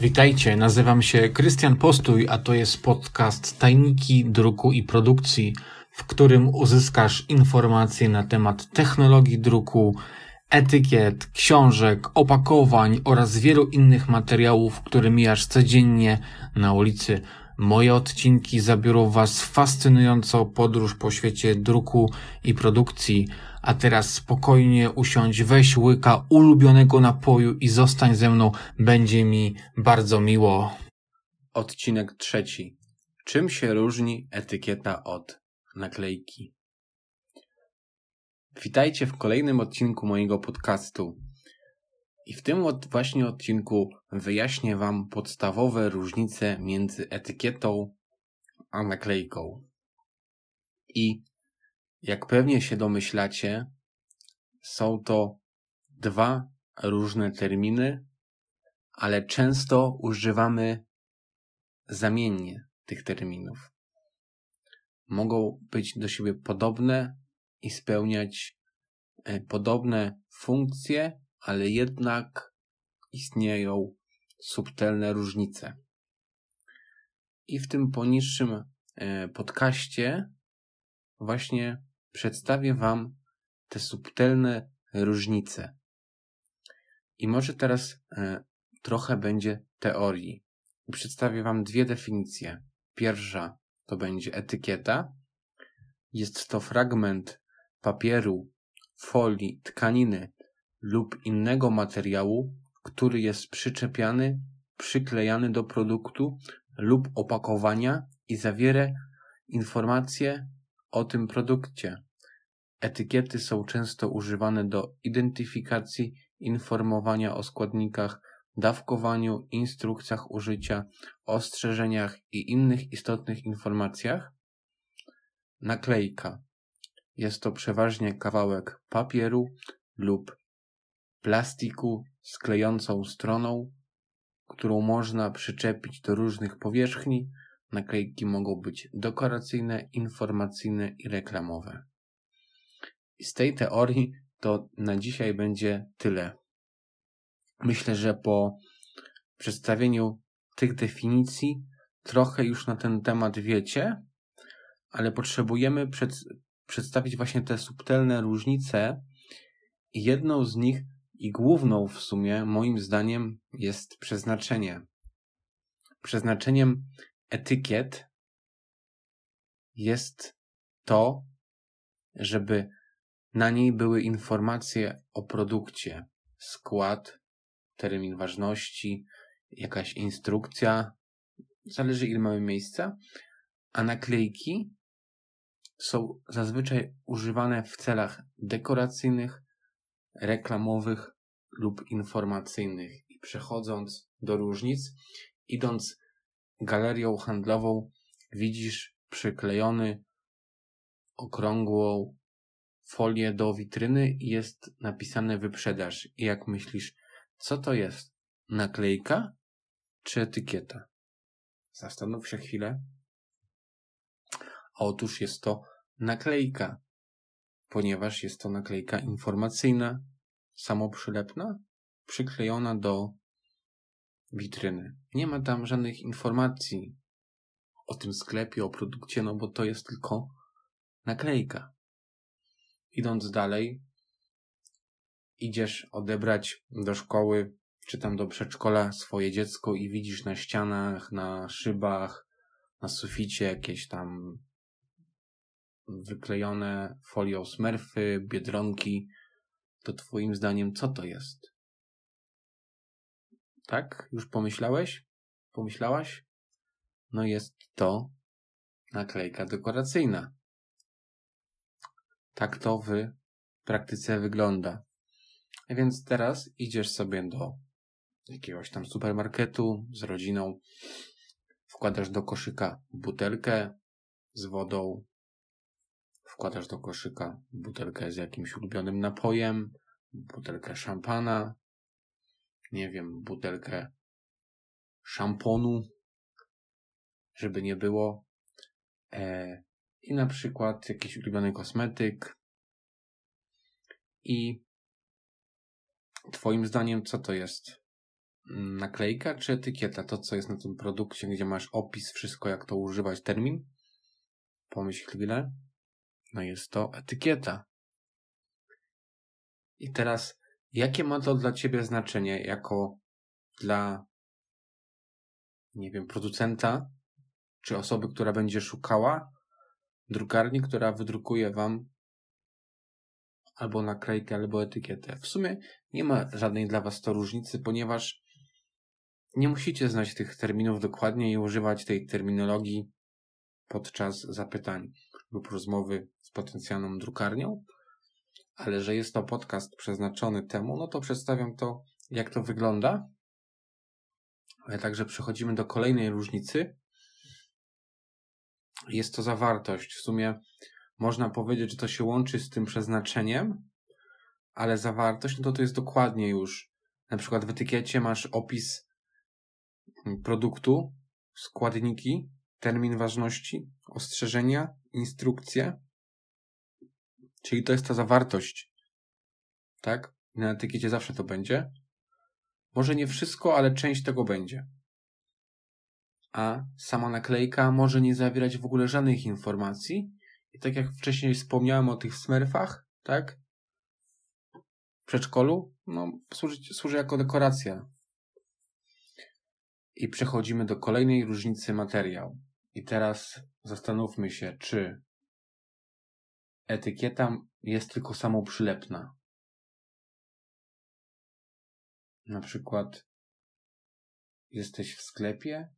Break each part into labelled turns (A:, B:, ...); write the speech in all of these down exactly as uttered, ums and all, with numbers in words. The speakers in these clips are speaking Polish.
A: Witajcie, nazywam się Krystian Postój, a to jest podcast Tajniki Druku i Produkcji, w którym uzyskasz informacje na temat technologii druku, etykiet, książek, opakowań oraz wielu innych materiałów, które mijasz codziennie na ulicy. Moje odcinki zabiorą Was w fascynującą podróż po świecie druku i produkcji. A teraz spokojnie usiądź, weź łyka ulubionego napoju i zostań ze mną, będzie mi bardzo miło. Odcinek trzeci. Czym się różni etykieta od naklejki? Witajcie w kolejnym odcinku mojego podcastu. I w tym od, właśnie odcinku wyjaśnię Wam podstawowe różnice między etykietą a naklejką. I jak pewnie się domyślacie, są to dwa różne terminy, ale często używamy zamiennie tych terminów. Mogą być do siebie podobne i spełniać podobne funkcje, ale jednak istnieją subtelne różnice. I w tym poniższym podcaście właśnie przedstawię Wam te subtelne różnice. I może teraz e, trochę będzie teorii. Przedstawię Wam dwie definicje. Pierwsza to będzie etykieta. Jest to fragment papieru, folii, tkaniny lub innego materiału, który jest przyczepiany, przyklejany do produktu lub opakowania i zawiera informacje o tym produkcie. Etykiety są często używane do identyfikacji, informowania o składnikach, dawkowaniu, instrukcjach użycia, ostrzeżeniach i innych istotnych informacjach. Naklejka. Jest to przeważnie kawałek papieru lub plastiku z klejącą stroną, którą można przyczepić do różnych powierzchni. Naklejki mogą być dekoracyjne, informacyjne i reklamowe. I z tej teorii to na dzisiaj będzie tyle. Myślę, że po przedstawieniu tych definicji trochę już na ten temat wiecie, ale potrzebujemy przed, przedstawić właśnie te subtelne różnice i jedną z nich i główną w sumie moim zdaniem jest przeznaczenie. Przeznaczeniem etykiet jest to, żeby na niej były informacje o produkcie, skład, termin ważności, jakaś instrukcja, zależy ile mamy miejsca, a naklejki są zazwyczaj używane w celach dekoracyjnych, reklamowych lub informacyjnych. I przechodząc do różnic, idąc galerią handlową, widzisz przyklejony okrągłą folię do witryny i jest napisane wyprzedaż. I jak myślisz, co to jest? Naklejka czy etykieta? Zastanów się chwilę. A otóż jest to naklejka, ponieważ jest to naklejka informacyjna, samoprzylepna, przyklejona do witryny. Nie ma tam żadnych informacji o tym sklepie, o produkcie, no bo to jest tylko naklejka. Idąc dalej, idziesz odebrać do szkoły, czy tam do przedszkola swoje dziecko i widzisz na ścianach, na szybach, na suficie jakieś tam wyklejone folią Smurfy, Biedronki. To twoim zdaniem co to jest? Tak? Już pomyślałeś? Pomyślałaś? No jest to naklejka dekoracyjna. Tak to w praktyce wygląda. A więc teraz idziesz sobie do jakiegoś tam supermarketu z rodziną, wkładasz do koszyka butelkę z wodą, wkładasz do koszyka butelkę z jakimś ulubionym napojem, butelkę szampana, nie wiem, butelkę szamponu, żeby nie było, e, i na przykład jakiś ulubiony kosmetyk. I twoim zdaniem co to jest? naklejka czy etykieta? To, co jest na tym produkcie, gdzie masz opis, wszystko, jak to używać, termin? Pomyśl chwilę. No jest to etykieta. I teraz, jakie ma to dla ciebie znaczenie jako dla, nie wiem, producenta, czy osoby, która będzie szukała drukarni, która wydrukuje wam albo naklejkę, albo etykietę. W sumie nie ma żadnej dla was to różnicy, ponieważ nie musicie znać tych terminów dokładnie i używać tej terminologii podczas zapytań lub rozmowy z potencjalną drukarnią, ale że jest to podcast przeznaczony temu, no to przedstawiam to, jak to wygląda. Ale także przechodzimy do kolejnej różnicy. Jest to zawartość. W sumie można powiedzieć, że to się łączy z tym przeznaczeniem, ale zawartość, no to to jest dokładnie już. Na przykład w etykiecie masz opis produktu, składniki, termin ważności, ostrzeżenia, instrukcje. Czyli to jest ta zawartość. Tak? Na etykiecie zawsze to będzie. Może nie wszystko, ale część tego będzie. A sama naklejka może nie zawierać w ogóle żadnych informacji. I tak jak wcześniej wspomniałem o tych smurfach, tak? W przedszkolu, no, służy, służy jako dekoracja. I przechodzimy do kolejnej różnicy materiał. I teraz zastanówmy się, czy etykieta jest tylko samoprzylepna. Na przykład jesteś w sklepie,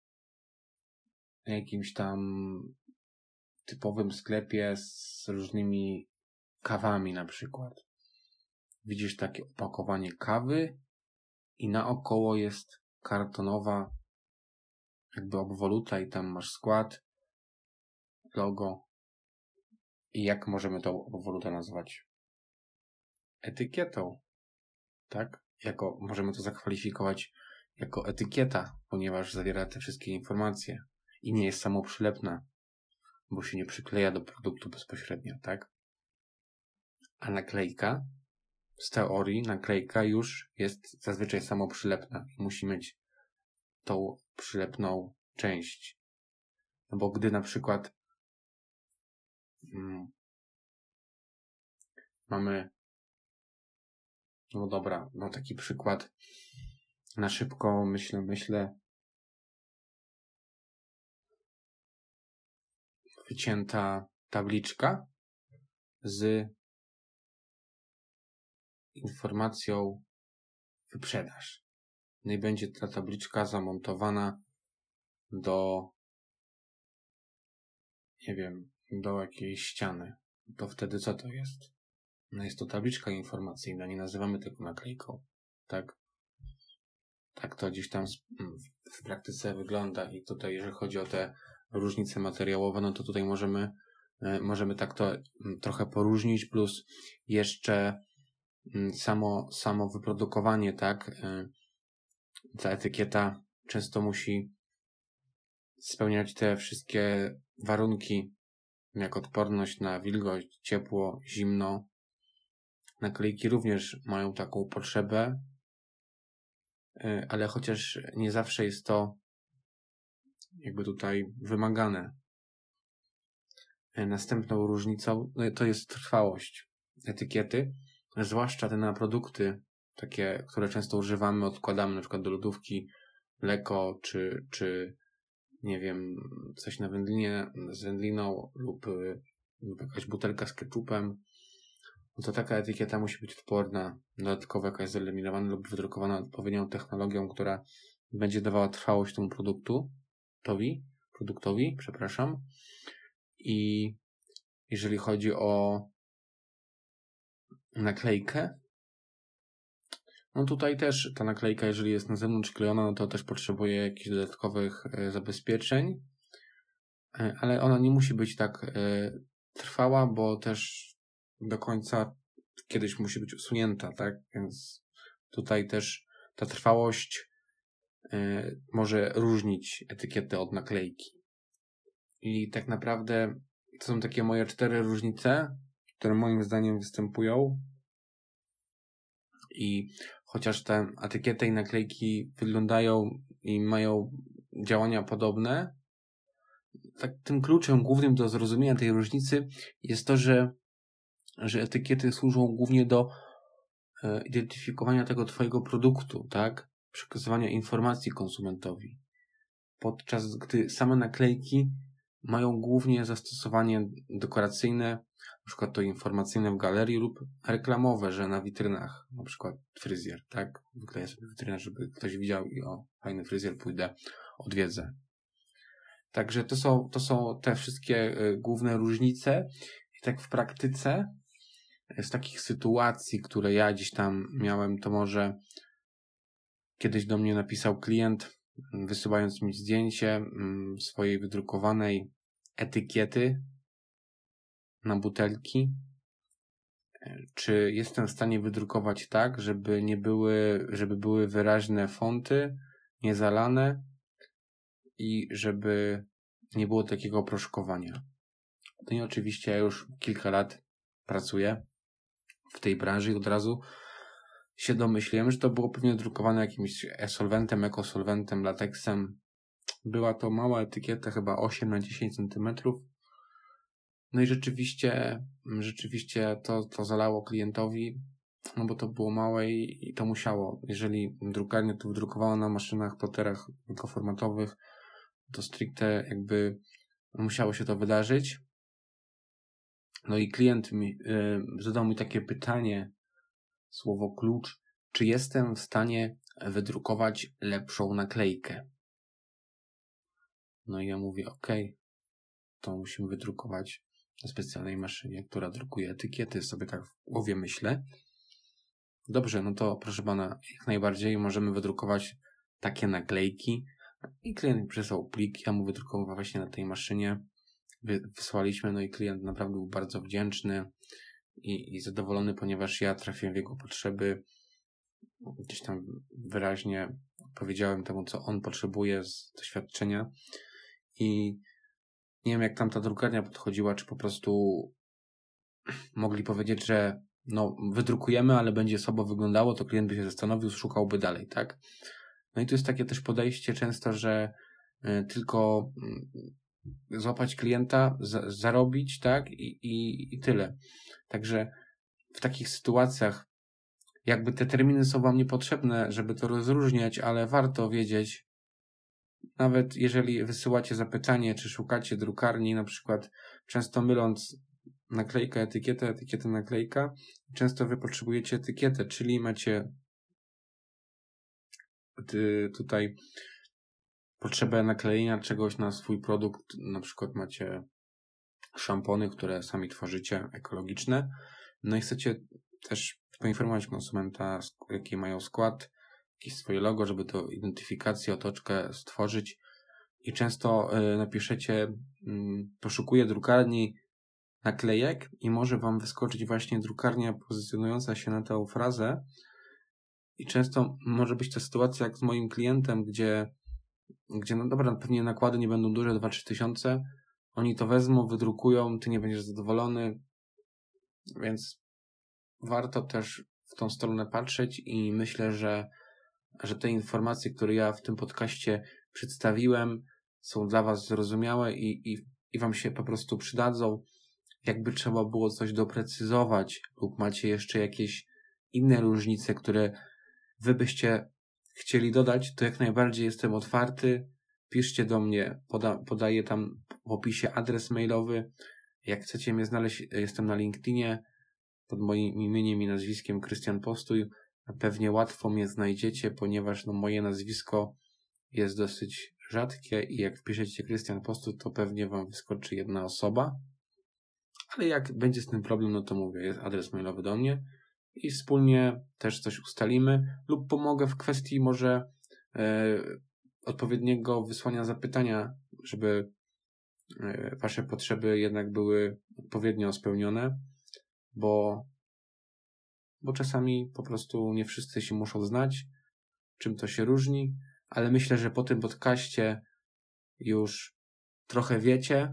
A: jakimś tam typowym sklepie z różnymi kawami na przykład. Widzisz takie opakowanie kawy i naokoło jest kartonowa jakby obwoluta i tam masz skład, logo. I jak możemy tą obwolutę nazwać? Etykietą. Tak? Jako, możemy to zakwalifikować jako etykieta, ponieważ zawiera te wszystkie informacje i nie jest samoprzylepna, bo się nie przykleja do produktu bezpośrednio, tak? A naklejka, z teorii naklejka już jest zazwyczaj samoprzylepna i musi mieć tą przylepną część. No bo gdy na przykład mm, mamy, no dobra, no taki przykład na szybko myślę, myślę wycięta tabliczka z informacją wyprzedaż. No i będzie ta tabliczka zamontowana do, nie wiem, do jakiejś ściany. To wtedy co to jest? No jest to tabliczka informacyjna, nie nazywamy tego naklejką. Tak? Tak to gdzieś tam w praktyce wygląda i tutaj jeżeli chodzi o te różnice materiałowe, no to tutaj możemy możemy tak to trochę poróżnić, plus jeszcze samo, samo wyprodukowanie, tak? Ta etykieta często musi spełniać te wszystkie warunki, jak odporność na wilgoć, ciepło, zimno. Naklejki również mają taką potrzebę, ale chociaż nie zawsze jest to jakby tutaj wymagane. Następną różnicą no to jest trwałość etykiety, zwłaszcza te na produkty takie, które często używamy, odkładamy na przykład do lodówki mleko, czy, czy nie wiem, coś na wędlinie, z wędliną lub, lub jakaś butelka z ketchupem, no to taka etykieta musi być odporna, dodatkowo jakaś zeliminowana lub wydrukowana odpowiednią technologią, która będzie dawała trwałość temu produktowi, produktowi, przepraszam. I jeżeli chodzi o naklejkę, no tutaj też ta naklejka, jeżeli jest na zewnątrz klejona, no to też potrzebuje jakichś dodatkowych zabezpieczeń, ale ona nie musi być tak trwała, bo też do końca kiedyś musi być usunięta, tak? Więc tutaj też ta trwałość może różnić etykietę od naklejki. I tak naprawdę to są takie moje cztery różnice, które moim zdaniem występują. I chociaż te etykiety i naklejki wyglądają i mają działania podobne, tak tym kluczem głównym do zrozumienia tej różnicy jest to, że, że etykiety służą głównie do e, identyfikowania tego twojego produktu, tak? Przekazywania informacji konsumentowi. Podczas gdy same naklejki mają głównie zastosowanie dekoracyjne, na przykład to informacyjne w galerii lub reklamowe, że na witrynach, na przykład fryzjer, tak? Wykleję sobie witrynę, żeby ktoś widział i o, fajny fryzjer, pójdę, odwiedzę. Także to są, to są te wszystkie y, główne różnice i tak w praktyce z takich sytuacji, które ja gdzieś tam miałem, to może kiedyś do mnie napisał klient, wysyłając mi zdjęcie mm, swojej wydrukowanej etykiety na butelki, czy jestem w stanie wydrukować tak, żeby nie były, żeby były wyraźne fonty, niezalane i żeby nie było takiego proszkowania. No i oczywiście ja już kilka lat pracuję w tej branży i od razu się domyśliłem, że to było pewnie drukowane jakimś e-solwentem, ekosolwentem, lateksem. Była to mała etykieta, chyba osiem na dziesięć centymetrów. No i rzeczywiście, rzeczywiście to, to zalało klientowi, no bo to było małe i, i to musiało. Jeżeli drukarnia to wydrukowała na maszynach, ploterach wielkoformatowych, to stricte jakby musiało się to wydarzyć. No i klient mi, y, zadał mi takie pytanie, słowo klucz, czy jestem w stanie wydrukować lepszą naklejkę? No i ja mówię, ok, to musimy wydrukować na specjalnej maszynie, która drukuje etykiety, sobie tak w głowie myślę. Dobrze, no to proszę pana, jak najbardziej możemy wydrukować takie naklejki. I klient mi przysłał plik, ja mu wydrukowałem właśnie na tej maszynie. Wysłaliśmy, no i klient naprawdę był bardzo wdzięczny i, i zadowolony, ponieważ ja trafiłem w jego potrzeby. Gdzieś tam wyraźnie powiedziałem temu, co on potrzebuje z doświadczenia i nie wiem, jak tam ta drukarnia podchodziła, czy po prostu mogli powiedzieć, że no wydrukujemy, ale będzie słabo wyglądało, to klient by się zastanowił, szukałby dalej, tak? No i tu jest takie też podejście często, że y, tylko y, złapać klienta, z, zarobić, tak? I, i, i tyle. Także w takich sytuacjach jakby te terminy są wam niepotrzebne, żeby to rozróżniać, ale warto wiedzieć, nawet jeżeli wysyłacie zapytanie, czy szukacie drukarni, na przykład często myląc naklejka, etykietę, etykietę, naklejka, często wy potrzebujecie etykietę, czyli macie tutaj potrzebę naklejenia czegoś na swój produkt, na przykład macie szampony, które sami tworzycie, ekologiczne, no i chcecie też poinformować konsumenta, jaki mają skład, jakieś swoje logo, żeby to identyfikację, otoczkę stworzyć i często y, napiszecie y, poszukuję drukarni naklejek i może wam wyskoczyć właśnie drukarnia pozycjonująca się na tę frazę i często może być to sytuacja jak z moim klientem, gdzie, gdzie no dobra, pewnie nakłady nie będą duże, dwa trzy tysiące, oni to wezmą, wydrukują, ty nie będziesz zadowolony, więc warto też w tą stronę patrzeć i myślę, że, że te informacje, które ja w tym podcaście przedstawiłem, są dla was zrozumiałe i, i, i wam się po prostu przydadzą. Jakby trzeba było coś doprecyzować lub macie jeszcze jakieś inne różnice, które wy byście chcieli dodać, to jak najbardziej jestem otwarty. Piszcie do mnie, poda, podaję tam w opisie adres mailowy. Jak chcecie mnie znaleźć, jestem na LinkedInie pod moim imieniem i nazwiskiem Krystian Postój. Pewnie łatwo mnie znajdziecie, ponieważ no, moje nazwisko jest dosyć rzadkie i jak wpiszecie Krystian Postój, to pewnie wam wyskoczy jedna osoba. Ale jak będzie z tym problem, no to mówię, jest adres mailowy do mnie i wspólnie też coś ustalimy lub pomogę w kwestii może e, odpowiedniego wysłania zapytania, żeby e, wasze potrzeby jednak były odpowiednio spełnione, bo, bo czasami po prostu nie wszyscy się muszą znać, czym to się różni, ale myślę, że po tym podcaście już trochę wiecie.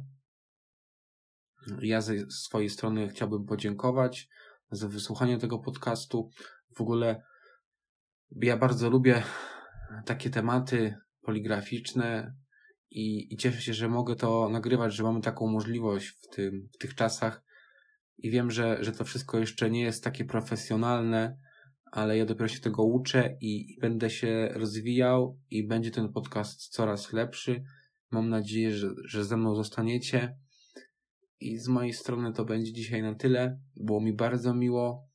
A: Ja ze swojej strony chciałbym podziękować za wysłuchanie tego podcastu. W ogóle Ja bardzo lubię takie tematy poligraficzne i, i cieszę się, że mogę to nagrywać, że mamy taką możliwość w tym, w tych czasach i wiem, że, że to wszystko jeszcze nie jest takie profesjonalne, ale ja dopiero się tego uczę i, i będę się rozwijał i będzie ten podcast coraz lepszy. Mam nadzieję, że, że ze mną zostaniecie. I z mojej strony to będzie dzisiaj na tyle. Było mi bardzo miło.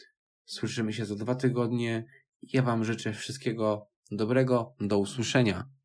A: Słyszymy się za dwa tygodnie. Ja Wam życzę wszystkiego dobrego. Do usłyszenia.